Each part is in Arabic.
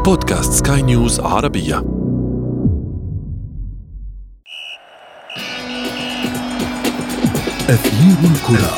بودكاست سكاي نيوز عربية. أثير الكرة.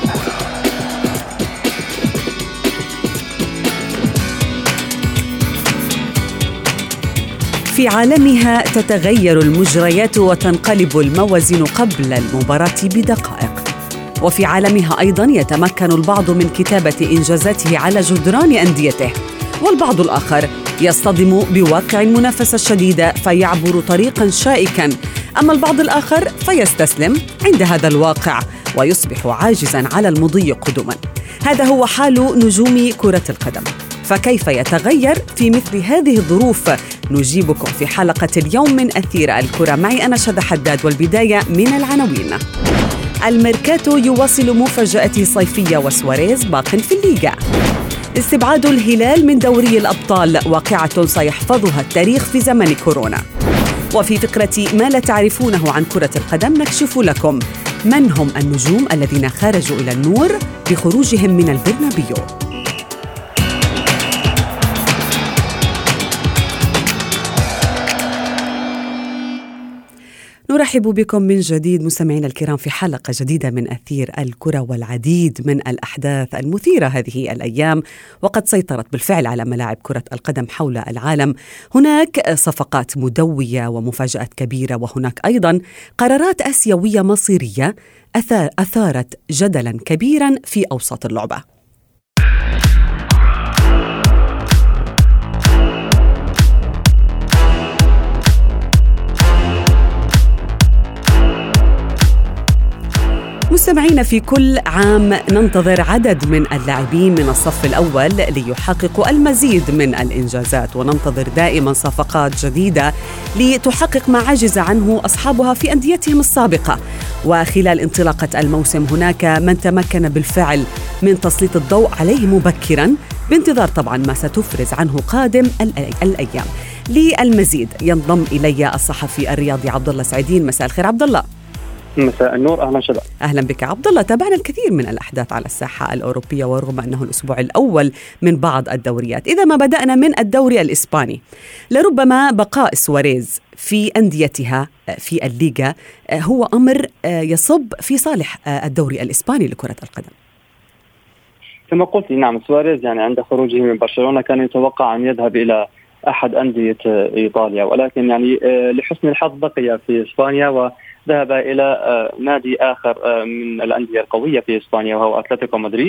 في عالمها تتغير المجريات وتنقلب الموازين قبل المباراة بدقائق، وفي عالمها أيضاً يتمكن البعض من كتابة إنجازاته على جدران أنديته، والبعض الآخر يصطدم بواقع المنافسة الشديدة فيعبر طريقاً شائكاً، أما البعض الآخر فيستسلم عند هذا الواقع ويصبح عاجزاً على المضي قدماً. هذا هو حال نجوم كرة القدم، فكيف يتغير في مثل هذه الظروف؟ نجيبكم في حلقة اليوم من أثير الكرة، معي أنا شذى حداد، والبداية من العناوين. الميركاتو يواصل مفاجأته الصيفية وسواريز باق في الليغا. استبعاد الهلال من دوري الأبطال واقعة سيحفظها التاريخ في زمن كورونا. وفي فقرة ما لا تعرفونه عن كرة القدم نكشف لكم من هم النجوم الذين خرجوا إلى النور بخروجهم من البرنابيو. نرحب بكم من جديد مستمعينا الكرام في حلقة جديدة من أثير الكرة، والعديد من الأحداث المثيرة هذه الأيام، وقد سيطرت بالفعل على ملاعب كرة القدم حول العالم. هناك صفقات مدوية ومفاجآت كبيرة، وهناك أيضا قرارات آسيوية مصيرية أثارت جدلا كبيرا في أوساط اللعبة. مستمعين، في كل عام ننتظر عدد من اللاعبين من الصف الأول ليحققوا المزيد من الإنجازات، وننتظر دائما صفقات جديدة لتحقق ما عجز عنه أصحابها في أنديتهم السابقة. وخلال انطلاقة الموسم هناك من تمكن بالفعل من تسليط الضوء عليه مبكرا، بانتظار طبعا ما ستفرز عنه قادم الأيام. للمزيد ينضم إلي الصحفي الرياضي عبد الله سعيدين. مساء الخير عبد الله. مساء النور، أهلا شباب. أهلا بك عبد الله. تابعنا الكثير من الأحداث على الساحة الأوروبية، ورغم أنه الأسبوع الأول من بعض الدوريات، إذا ما بدأنا من الدوري الإسباني، لربما بقاء سواريز في أنديتها في الليغا هو أمر يصب في صالح الدوري الإسباني لكرة القدم. كما قلت، نعم، سواريز يعني عند خروجه من برشلونة كان يتوقع أن يذهب إلى أحد أندية إيطاليا، ولكن يعني لحسن الحظ بقي في إسبانيا وذهب إلى نادي آخر من الأندية القوية في إسبانيا، وهو أتلتيكو مدريد.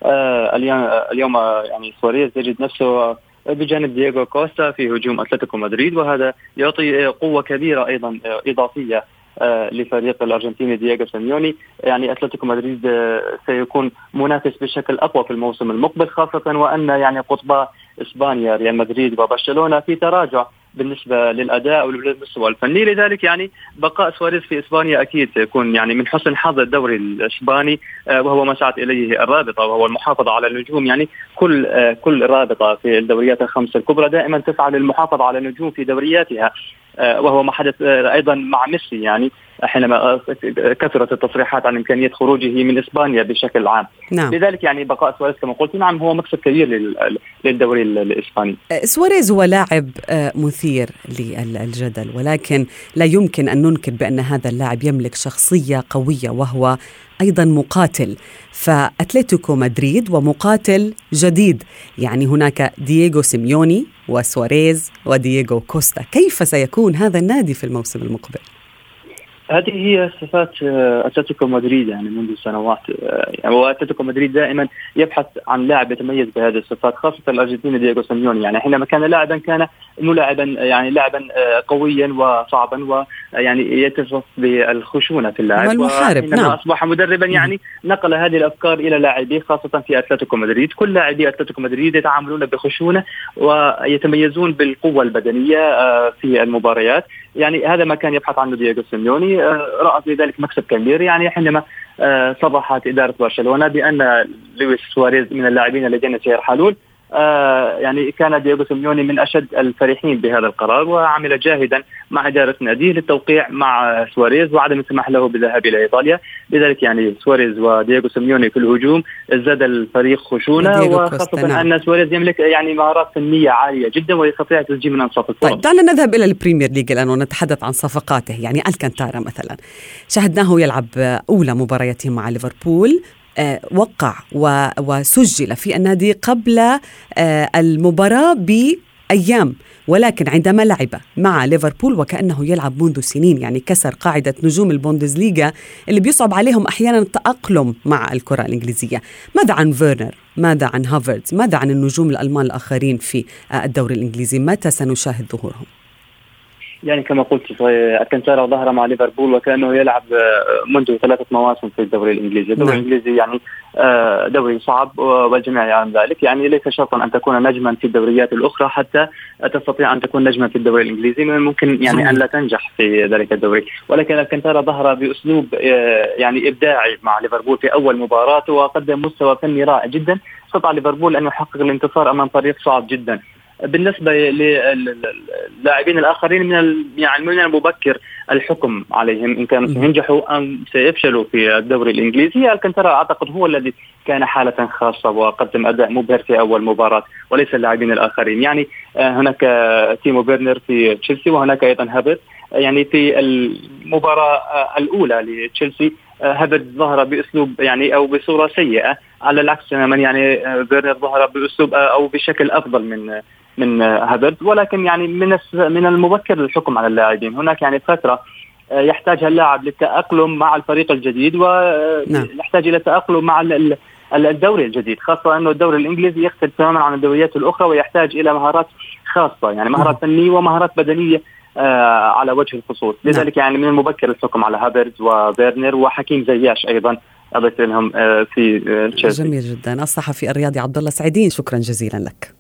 اليوم يعني سواريز يجد نفسه بجانب دييغو كوستا في هجوم أتلتيكو مدريد، وهذا يعطي قوة كبيرة أيضا إضافية لفريق الأرجنتيني دييغو سيميوني. يعني أتلتيكو مدريد سيكون منافس بشكل أقوى في الموسم المقبل، خاصة وأن يعني قطبا إسبانيا ريال مدريد وبرشلونة في تراجع بالنسبة للأداء والمستوى الفني. لذلك يعني بقاء سواريز في إسبانيا أكيد سيكون يعني من حسن حظ الدوري الإسباني، وهو ما سعت إليه الرابطة، وهو المحافظة على النجوم. يعني كل رابطة في الدوريات الخمس الكبرى دائما تسعى للمحافظة على النجوم في دورياتها، وهو ما حدث أيضا مع ميسي، يعني حينما كثرت التصريحات عن إمكانية خروجه من إسبانيا بشكل عام. نعم. لذلك يعني بقاء سواريز كما قلت، نعم، هو مكسب كبير للدوري الإسباني. سواريز هو لاعب مثير للجدل، ولكن لا يمكن أن ننكر بأن هذا اللاعب يملك شخصية قوية، وهو أيضا مقاتل. فأتلتيكو مدريد ومقاتل جديد، يعني هناك دييغو سيميوني وسواريز ودييغو كوستا. كيف سيكون هذا النادي في الموسم المقبل؟ هذه هي صفات أتلتيكو مدريد يعني منذ سنوات، وأتلتيكو مدريد دائما يبحث عن لاعب يتميز بهذه الصفات، خاصة الأرجنتيني دييغو سيميوني. يعني حينما كان لاعبا كان ملاعبا، يعني لاعبا قويا وصعبا، ويعني يتصف بالخشونة في اللعب، والمحارب. نعم. أصبح مدربا يعني نقل هذه الأفكار إلى لاعبيه، خاصة في أتلتيكو مدريد. كل لاعبي أتلتيكو مدريد يتعاملون بخشونة ويتميزون بالقوة البدنية في المباريات. يعني هذا ما كان يبحث عنه دييغو سيميوني، رأى في ذلك مكسب كبير. يعني حينما صرحت إدارة برشلونة بأن لويس سواريز من اللاعبين الذين سيرحلون، يعني كان دييغو سيميوني من أشد الفرحين بهذا القرار، وعمل جاهدا مع إدارة ناديه للتوقيع مع سواريز وعدم السماح له بالذهاب إلى إيطاليا. لذلك يعني سواريز ودييغو سيميوني في الهجوم زاد الفريق خشونة، وخاصة أن سواريز يملك يعني مهارات فنية عالية جدا ويستطيع تسجيل من أنصاف الفرص. طيب دعنا نذهب إلى البريمير ليج الآن ونتحدث عن صفقاته. يعني الكانتارا مثلا شاهدناه يلعب أولى مبارياته مع ليفربول، وقع وسجل في النادي قبل المباراة بأيام، ولكن عندما لعب مع ليفربول وكأنه يلعب منذ سنين، يعني كسر قاعدة نجوم البوندسليغا اللي بيصعب عليهم أحيانا التأقلم مع الكرة الإنجليزية. ماذا عن فيرنر؟ ماذا عن هافرتز؟ ماذا عن النجوم الألمان الآخرين في الدوري الإنجليزي؟ متى سنشاهد ظهورهم؟ يعني كما قلت الكانتارا ظهر مع ليفربول وكأنه يلعب منذ 3 مواسم في الدوري الإنجليزي. الدوري الإنجليزي يعني دوري صعب والجميع يعلم ذلك، يعني ليس شرطا أن تكون نجما في الدوريات الأخرى حتى تستطيع أن تكون نجما في الدوري الإنجليزي، ممكن يعني أن لا تنجح في ذلك الدوري. ولكن الكانتارا ظهر بأسلوب يعني إبداعي مع ليفربول في أول مباراة، وقدم مستوى فني رائع جدا، استطاع ليفربول أن يحقق الانتصار أمام فريق صعب جدا. بالنسبة للاعبين الآخرين من المبكر الحكم عليهم إن كانوا سينجحوا أم سيفشلوا في الدوري الإنجليزي. الكانتارا أعتقد هو الذي كان حالة خاصة وقدم أداء مبهر في أول مباراة وليس اللاعبين الآخرين. يعني هناك تيمو فيرنر في تشيلسي، وهناك أيضا هافرتز. يعني في المباراة الأولى لتشيلسي هافرتز ظهر بأسلوب يعني أو بصورة سيئة، على العكس تماما يعني فيرنر ظهر بأسلوب أو بشكل أفضل من هافرتز. ولكن يعني من المبكر الحكم على اللاعبين. هناك يعني فترة يحتاجها اللاعب للتأقلم مع الفريق الجديد، ويحتاج إلى التأقلم مع الدوري الجديد، خاصة أنه الدوري الإنجليزي يختلف تماما عن الدوريات الأخرى ويحتاج إلى مهارات خاصة، يعني مهارات فنية ومهارات بدنية على وجه الخصوص. لذلك يعني من المبكر الحكم على هافرتز وفيرنر وحكيم زياش أيضا أبثلهم في تشيلسي. جميل جدا. الصحفي الرياضي عبد الله سعيدين، شكرا جزيلا لك.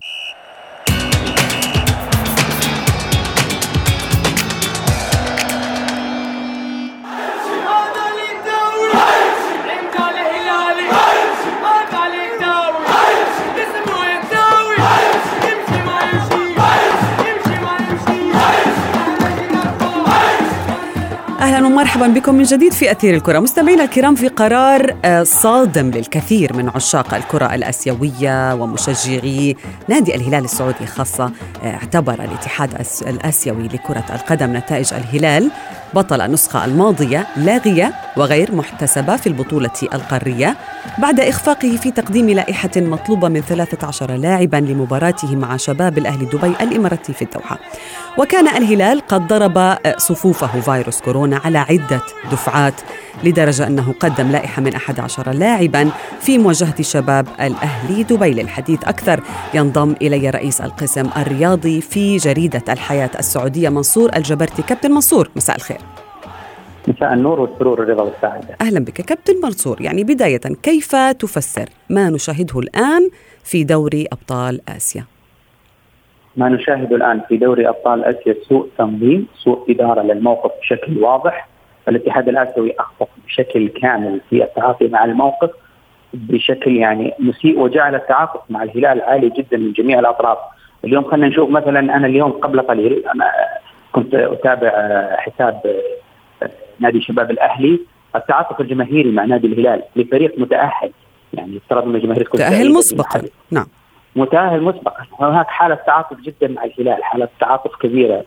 أهلا ومرحبا بكم من جديد في أثير الكرة. مستمعينا الكرام، في قرار صادم للكثير من عشاق الكرة الآسيوية ومشجعي نادي الهلال السعودي خاصة، اعتبر الاتحاد الآسيوي لكرة القدم نتائج الهلال بطل النسخة الماضية لاغية وغير محتسبة في البطولة القارية بعد إخفاقه في تقديم لائحة مطلوبة من 13 لاعبا لمباراته مع شباب الأهلي دبي الإماراتي في الدوحة. وكان الهلال قد ضرب صفوفه فيروس كورونا على عدة دفعات، لدرجة أنه قدم لائحة من 11 لاعبا في مواجهة شباب الأهلي دبي. للحديث أكثر ينضم إلي رئيس القسم الرياضي في جريدة الحياة السعودية منصور الجبرتي. كابتن منصور، مساء الخير. مساء النور والسرور والرضا والسعادة. أهلا بك كابتن منصور. يعني بداية، كيف تفسر ما نشاهده الآن في دوري أبطال آسيا؟ ما نشاهده الآن في دوري أبطال آسيا سوء تنظيم، سوء إدارة للموقف بشكل واضح. الاتحاد الآسيوي أخطأ بشكل كامل في التعاطي مع الموقف بشكل يعني مسيء، وجعل التعاطف مع الهلال عالي جدا من جميع الأطراف. اليوم خلينا نشوف مثلا، أنا اليوم قبل قليل أنا كنت أتابع حساب نادي شباب الأهلي، التعاطف الجماهيري مع نادي الهلال لفريق متأهل، يعني افترض من الجماهير تأهل مسبقا. نعم، متأهل مسبقا. هناك حالة تعاطف جدا مع الهلال، حالة تعاطف كبيرة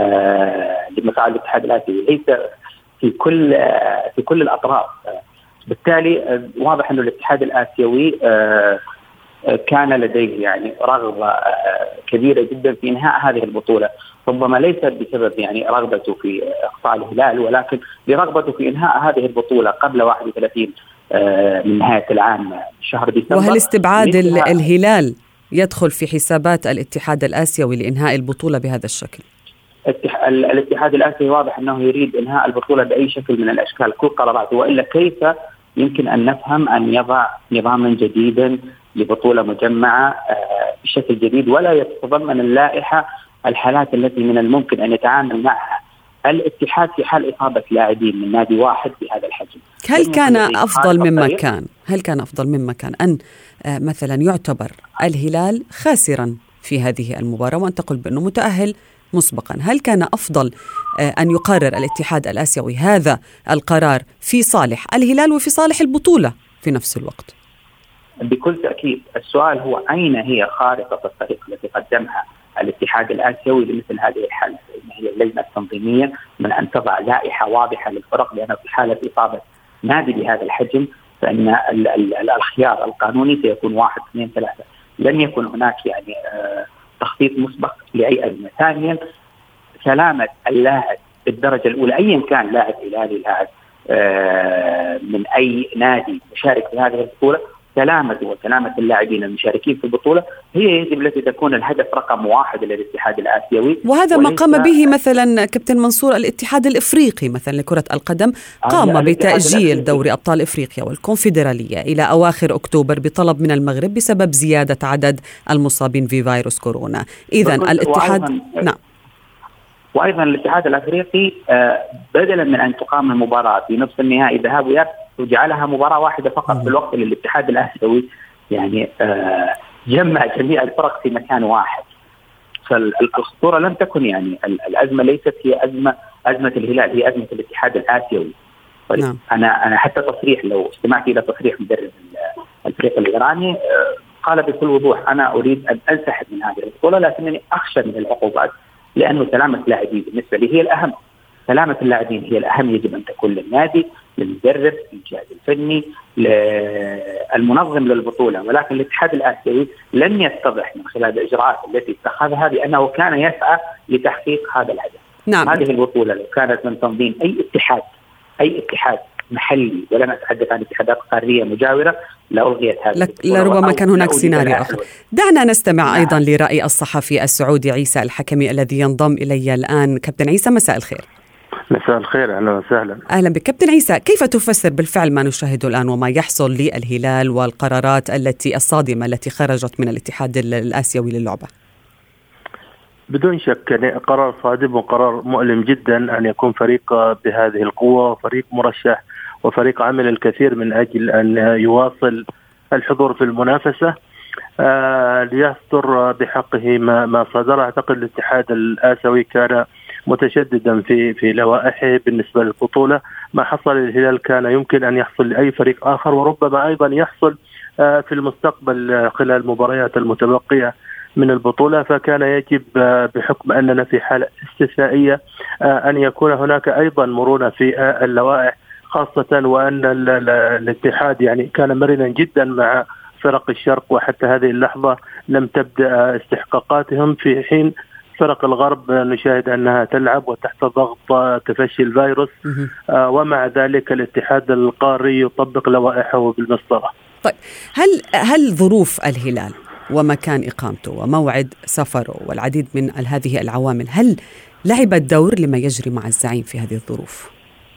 لمفاعل الاتحاد الآسيوي، ليس في كل الأطراف. بالتالي واضح أنه الاتحاد الآسيوي كان لديه يعني رغبة كبيرة جدا في إنهاء هذه البطولة، ربما ليست بسبب يعني رغبته في إقصاء الهلال، ولكن برغبته في إنهاء هذه البطولة قبل 31 من نهاية العام شهر ديسمبر. وهل استبعاد الهلال يدخل في حسابات الاتحاد الآسيوي لإنهاء البطولة بهذا الشكل؟ الاتحاد الآسيوي واضح أنه يريد إنهاء البطولة بأي شكل من الأشكال، كل قراراته، وإلا كيف يمكن أن نفهم أن يضع نظاما جديدا لبطولة مجمعة بشكل جديد ولا يتضمن اللائحة الحالات التي من الممكن أن يتعامل معها الاتحاد في حال إصابة لاعبين من نادي واحد بهذا الحجم. هل كان أفضل مما كان أن مثلا يعتبر الهلال خاسرا في هذه المباراة وأن تقول بأنه متأهل مسبقا؟ هل كان أفضل أن يقرر الاتحاد الآسيوي هذا القرار في صالح الهلال وفي صالح البطولة في نفس الوقت؟ بكل تأكيد. السؤال هو أين هي خارطة الطريق التي قدمها الاتحاد الآسيوي لمثل هذه الحالة؟ إن هي اللجنة التنظيمية من أن تضع لائحة واضحة للفرق، لأن في حالة إصابة نادي بهذا الحجم فإن الخيار القانوني سيكون 1 2 3. لن يكون هناك يعني تخطيط مسبق لأي أزمة. ثانيا، سلامة اللاعب بالدرجة الأولى أيا كان، لاعب هلالي، لاعب من أي نادي مشارك في هذه البطولة، سلامته وسلامة اللاعبين المشاركين في البطولة هي يجب التي تكون الهدف رقم 1 للاتحاد الآسيوي. وهذا ما قام به مثلا كابتن منصور الاتحاد الإفريقي مثلا لكرة القدم، قام بتأجيل دوري أبطال إفريقيا والكونفدرالية إلى أواخر أكتوبر بطلب من المغرب بسبب زيادة عدد المصابين في فيروس كورونا. إذن الاتحاد وأيضا الاتحاد الأفريقي بدلا من أن تقام المباراة في نصف النهائي ذهاب وإياب وجعلها مباراة واحدة فقط في الوقت اللي الاتحاد الآسيوي يعني جمع جميع الفرق في مكان واحد. فالخطورة لم تكن يعني الأزمة ليست هي أزمة الهلال، هي أزمة الاتحاد الآسيوي. نعم. أنا حتى تصريح، لو استمعت إلى تصريح مدرب الفريق الإيراني قال بكل وضوح أنا أريد أن أنسحب من هذه البطولة لكنني أخشى من العقوبات، لأنه سلامة لاعبين بالنسبة لي هي الأهم. سلامة اللاعبين هي الأهم، يجب أن تكون للنادي، للمدرب، للجهاز الفني، للمنظم للبطولة. ولكن الاتحاد الآسيوي لن يتضح من خلال الإجراءات التي اتخذها بأنه كان يسعى لتحقيق هذا الهدف. نعم. هذه البطولة لو كانت من تنظيم أي اتحاد محلي، ولا نتحدث عن اتحادات قارية مجاورة، لألغيت هذه البطولة. لربما كان هناك سيناريو آخر. دعنا نستمع أيضا لرأي الصحفي السعودي عيسى الحكمي الذي ينضم إلي الآن. كابتن عيسى، مساء الخير. مساء الخير، أهلا وسهلا. أهلا بك كابتن عيسى. كيف تفسر بالفعل ما نشاهده الآن وما يحصل للهلال والقرارات الصادمة التي خرجت من الاتحاد الآسيوي للعبة؟ بدون شك يعني قرار صادم وقرار مؤلم جدا أن يكون فريق بهذه القوة، فريق مرشح وفريق عمل الكثير من أجل أن يواصل الحضور في المنافسة ليصدر بحقه ما صدر. أعتقد الاتحاد الآسيوي كان متشددا في لوائحه بالنسبة للبطولة. ما حصل للهلال كان يمكن أن يحصل لأي فريق آخر، وربما أيضا يحصل في المستقبل خلال المباريات المتبقية من البطولة. فكان يجب بحكم أننا في حالة استثنائية أن يكون هناك أيضا مرونة في اللوائح، خاصة وأن الاتحاد يعني كان مرنا جدا مع فرق الشرق، وحتى هذه اللحظة لم تبدأ استحقاقاتهم، في حين فرق الغرب نشاهد أنها تلعب وتحت ضغط تفشي الفيروس. ومع ذلك الاتحاد القاري يطبق لوائحه بالمسطرة. طيب، هل ظروف الهلال ومكان إقامته وموعد سفره والعديد من هذه العوامل هل لعبت دور لما يجري مع الزعيم في هذه الظروف؟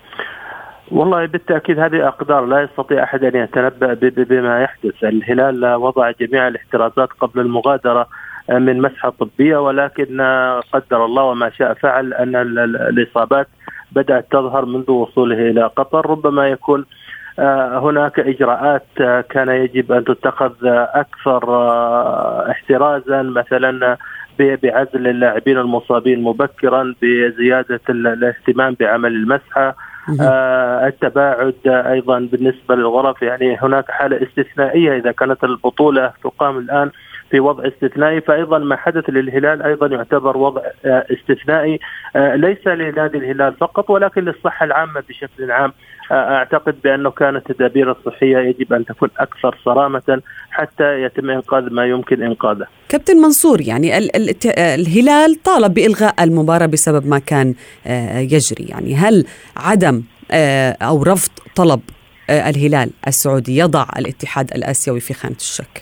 والله بالتأكيد هذه أقدار لا يستطيع أحد أن يتنبأ بما يحدث. الهلال وضع جميع الاحترازات قبل المغادرة من مسحة طبية، ولكن قدر الله وما شاء فعل أن الإصابات بدأت تظهر منذ وصوله إلى قطر. ربما يكون هناك إجراءات كان يجب أن تتخذ أكثر احترازا، مثلا بعزل اللاعبين المصابين مبكرا، بزيادة الاهتمام بعمل المسحة، التباعد أيضا بالنسبة للغرف. يعني هناك حالة استثنائية إذا كانت البطولة تقام الآن في وضع استثنائي، فأيضا ما حدث للهلال أيضا يعتبر وضع استثنائي ليس لنادي الهلال فقط ولكن للصحة العامة بشكل عام. أعتقد بأنه كانت التدابير الصحية يجب أن تكون أكثر صرامة حتى يتم إنقاذ ما يمكن إنقاذه. كابتن منصور، يعني الهلال طالب بإلغاء المباراة بسبب ما كان يجري، يعني هل عدم أو رفض طلب الهلال السعودي يضع الاتحاد الآسيوي في خانة الشك؟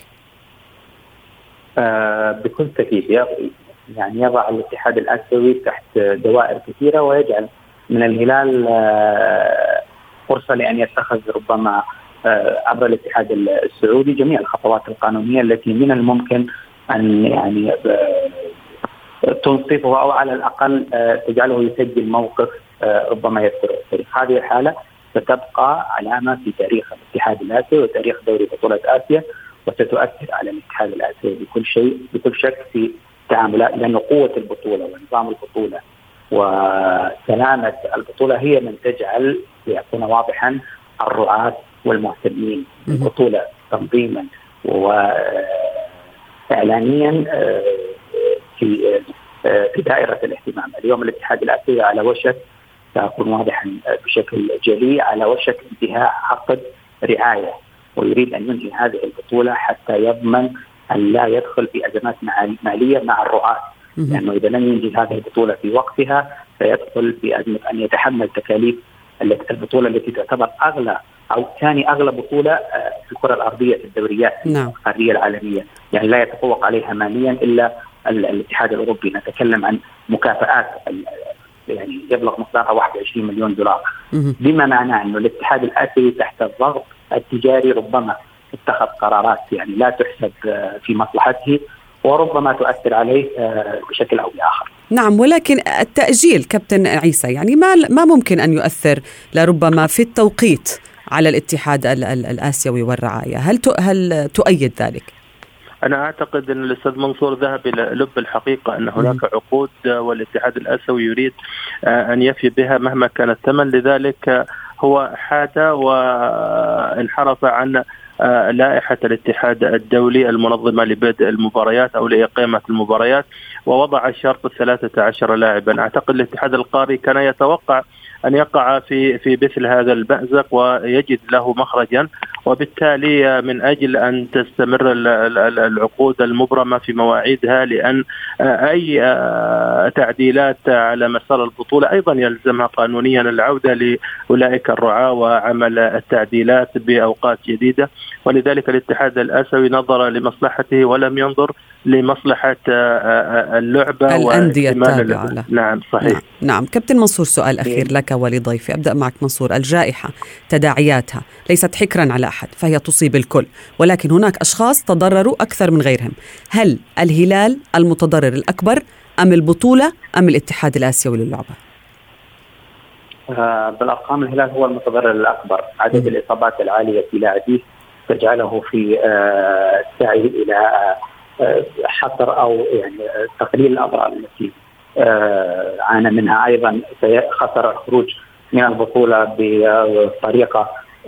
بكل تأكيد يعني يضع الاتحاد الآسيوي تحت دوائر كثيرة، ويجعل من الهلال فرصة لأن يتخذ ربما عبر الاتحاد السعودي جميع الخطوات القانونية التي من الممكن أن يعني تنصفه أو على الأقل تجعله يسجل موقف ربما يذكر التاريخ. هذه الحالة ستبقى علامة في تاريخ الاتحاد الآسيوي وتاريخ دوري بطولة آسيا، وستؤثر على الاتحاد الآسيوي بكل شك في تعاملات، لأن قوة البطولة ونظام البطولة وسلامة البطولة هي من تجعل، ليكون واضحا، الرعاة والمهتمين بالبطولة تنظيما وإعلانيا في دائرة الاهتمام. اليوم الاتحاد الآسيوي على وشك، سأكون واضحا بشكل جلي، على وشك انتهاء عقد رعاية، ويريد أن ينهي هذه البطولة حتى يضمن أن لا يدخل في أزمات مالية مع الرعاة، لأنه إذا لم ينهي هذه البطولة في وقتها سيدخل في أزمة أن يتحمل تكاليف البطولة التي تعتبر أغلى أو ثاني أغلى بطولة في الكرة الأرضية في الدوريات القارية العالمية، يعني لا يتفوق عليها ماليا إلا الاتحاد الأوروبي. نتكلم عن مكافآت يعني يبلغ مقدارها 21 مليون دولار، بما معناه أنه الاتحاد الآسيوي تحت الضغط التجاري ربما اتخذ قرارات يعني لا تحسب في مصلحته، وربما تؤثر عليه بشكل أو بآخر. نعم، ولكن التأجيل كابتن عيسى يعني ما ممكن أن يؤثر لربما في التوقيت على الاتحاد الآسيوي والرعاية، هل تؤيد ذلك؟ أنا أعتقد أن الأستاذ منصور ذهب إلى لب الحقيقة، أن هناك عقود والاتحاد الآسيوي يريد أن يفي بها مهما كان الثمن، لذلك هو حاد وانحرف عن لائحة الاتحاد الدولي المنظمة لبدء المباريات أو لإقامة المباريات، ووضع شرط 13 لاعبا. أعتقد الاتحاد القاري كان يتوقع أن يقع في مثل هذا المأزق ويجد له مخرجا، وبالتالي من أجل أن تستمر العقود المبرمة في مواعيدها، لأن أي تعديلات على مسار البطولة أيضا يلزمها قانونيا العودة لأولئك الرعاة وعمل التعديلات بأوقات جديدة، ولذلك الاتحاد الآسيوي نظر لمصلحته ولم ينظر لمصلحة اللعبة الأندية التابعة له. نعم صحيح. نعم كابتن منصور، سؤال أخير لك ولضيفي، أبدأ معك منصور. الجائحة تداعياتها ليست حكرا على أحد، فهي تصيب الكل، ولكن هناك أشخاص تضرروا أكثر من غيرهم. هل الهلال المتضرر الأكبر أم البطولة أم الاتحاد الآسيوي للعبة؟ بالأرقام الهلال هو المتضرر الأكبر. عدد الإصابات العالية في لاعبيه تجعله في السعي إلى حصر أو يعني تقليل الأضرار التي عانى منها. أيضا خسر الخروج من البطولة بطريقة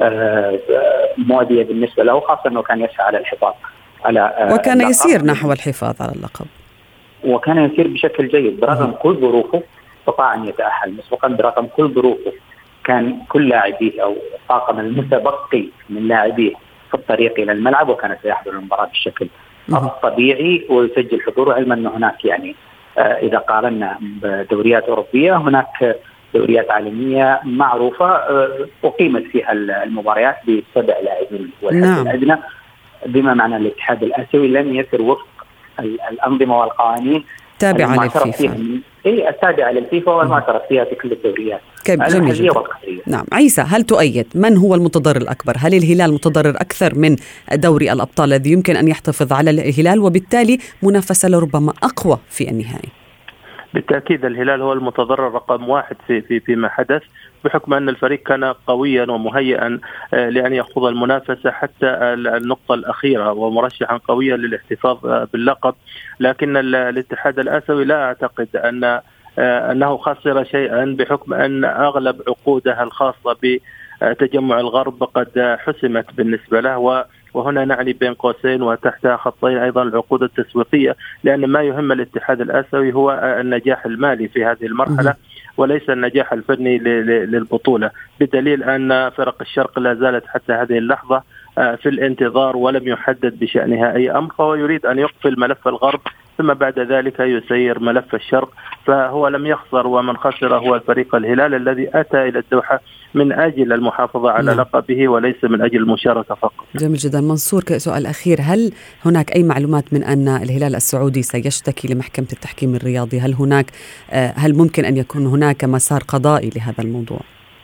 مؤذية بالنسبة له، خاصة أنه كان يسعى على الحفاظ على وكان يسير نحو الحفاظ على اللقب، وكان يسير بشكل جيد برغم كل ظروفه. استطاع أن يتأهل مسبقا برغم كل ظروفه. كان كل لاعبيه أو الطاقم المتبقي من لاعبيه في الطريق إلى الملعب، وكان سيحضر المباراة بشكل الطبيعي ويسجل حضوره، علما أنه هناك يعني إذا قارنا بدوريات أوروبية هناك دوريات عالمية معروفة أقيمت فيها المباريات ب7 لاعبين والحد الأدنى، بما معنى الاتحاد الآسيوي لم يسر وفق الأنظمة والقوانين تابعة للفيفا. التابعة للفيفا والمعترف فيها في كل الدوريات المحلية والقارية. نعم عيسى، هل تؤيد من هو المتضرر الأكبر؟ هل الهلال متضرر أكثر من دوري الأبطال الذي يمكن أن يحتفظ على الهلال وبالتالي منافسة لربما أقوى في النهائي؟ بالتأكيد الهلال هو المتضرر رقم 1 فيما حدث، بحكم أن الفريق كان قويا ومهيئا لأن يخوض المنافسة حتى النقطة الأخيرة ومرشحا قويا للاحتفاظ باللقب. لكن الاتحاد الآسيوي لا أعتقد أنه خسر شيئا، بحكم أن أغلب عقودها الخاصة بتجمع الغرب قد حسمت بالنسبة له، وهنا نعني بين قوسين وتحتها خطين أيضا العقود التسويقية، لأن ما يهم الاتحاد الآسيوي هو النجاح المالي في هذه المرحلة وليس النجاح الفني للبطولة، بدليل أن فرق الشرق لا زالت حتى هذه اللحظة في الانتظار ولم يحدد بشأنها أي أمر، فهو يريد أن يقفل ملف الغرب ثم بعد ذلك يسير ملف الشرق، فهو لم يخسر، ومن خسر هو الفريق الهلال الذي أتى إلى الدوحة من أجل المحافظة على لقبه وليس من أجل المشاركة فقط. جميل جدا. منصور، سؤال أخير، هل هناك أي معلومات من أن الهلال السعودي سيشتكي لمحكمة التحكيم الرياضي؟ هل ممكن أن يكون هناك مسار قضائي لهذا الموضوع؟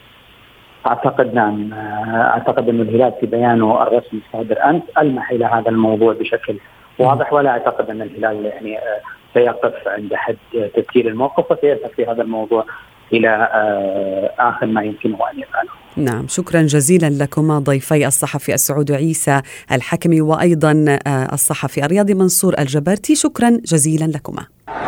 أعتقد نعم. أعتقد أن الهلال في بيانه الرسمي الصادر أمس ألمح إلى هذا الموضوع بشكل واضح، ولا أعتقد أن الهلال يعني سيقف عند حد تسجيل الموقف وسيذهب في هذا الموضوع إلى آخر ما يمكنه أن يفعله. نعم، شكرا جزيلا لكما ضيفي الصحفي السعودي عيسى الحكمي وأيضا الصحفي الرياضي منصور الجبرتي. شكرا جزيلا لكما.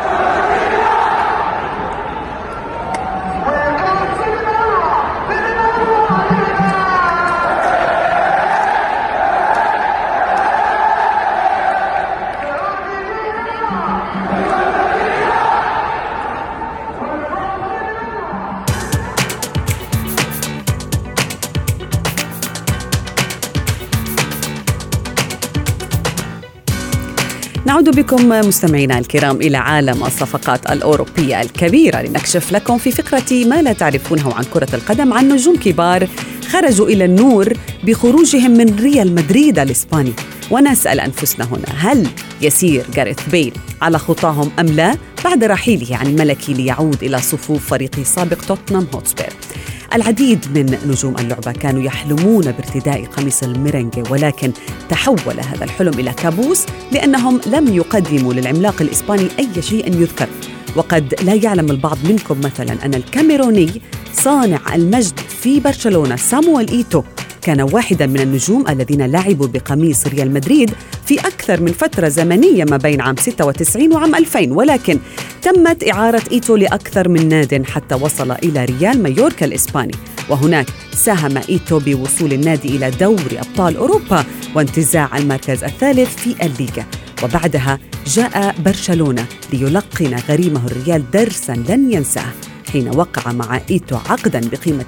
نعود بكم مستمعينا الكرام إلى عالم الصفقات الأوروبية الكبيرة لنكشف لكم في فقرة ما لا تعرفونه عن كرة القدم عن نجوم كبار خرجوا إلى النور بخروجهم من ريال مدريد الإسباني، ونسأل أنفسنا هنا: هل يسير غاريث بيل على خطاهم أم لا بعد رحيله عن الملكي ليعود إلى صفوف فريقه السابق توتنهام هوتسبير؟ العديد من نجوم اللعبة كانوا يحلمون بارتداء قميص الميرينغي، ولكن تحول هذا الحلم إلى كابوس لأنهم لم يقدموا للعملاق الإسباني أي شيء يذكر. وقد لا يعلم البعض منكم مثلا أن الكاميروني صانع المجد في برشلونة سامويل إيتو كان واحدا من النجوم الذين لعبوا بقميص ريال مدريد في أكثر من فترة زمنية ما بين عام 96 وعام 2000، ولكن تمت إعارة إيتو لأكثر من ناد حتى وصل إلى ريال مايوركا الإسباني، وهناك ساهم إيتو بوصول النادي إلى دوري أبطال أوروبا وانتزاع المركز الثالث في الليغا. وبعدها جاء برشلونة ليلقن غريمه الريال درسا لن ينساه حين وقع مع إيتو عقدا بقيمة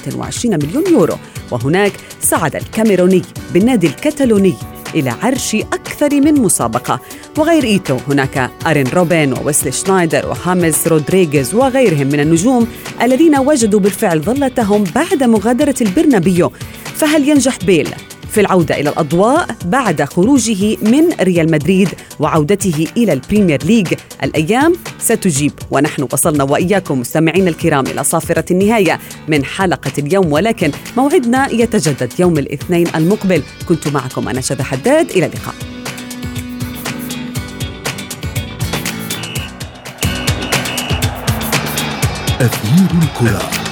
27 مليون يورو، وهناك صعد الكاميروني بالنادي الكتالوني إلى عرش أكثر من مسابقة. وغير إيتو هناك أرين روبن وويسلي شنايدر وخامس رودريغيز وغيرهم من النجوم الذين وجدوا بالفعل ظلتهم بعد مغادرة البرنابيو. فهل ينجح بيل في العودة إلى الأضواء بعد خروجه من ريال مدريد وعودته إلى البريمير ليج؟ الأيام ستجيب، ونحن وصلنا وإياكم مستمعين الكرام إلى صافرة النهاية من حلقة اليوم، ولكن موعدنا يتجدد يوم الاثنين المقبل. كنت معكم أنا شذى حداد، إلى اللقاء. أثير الكرة.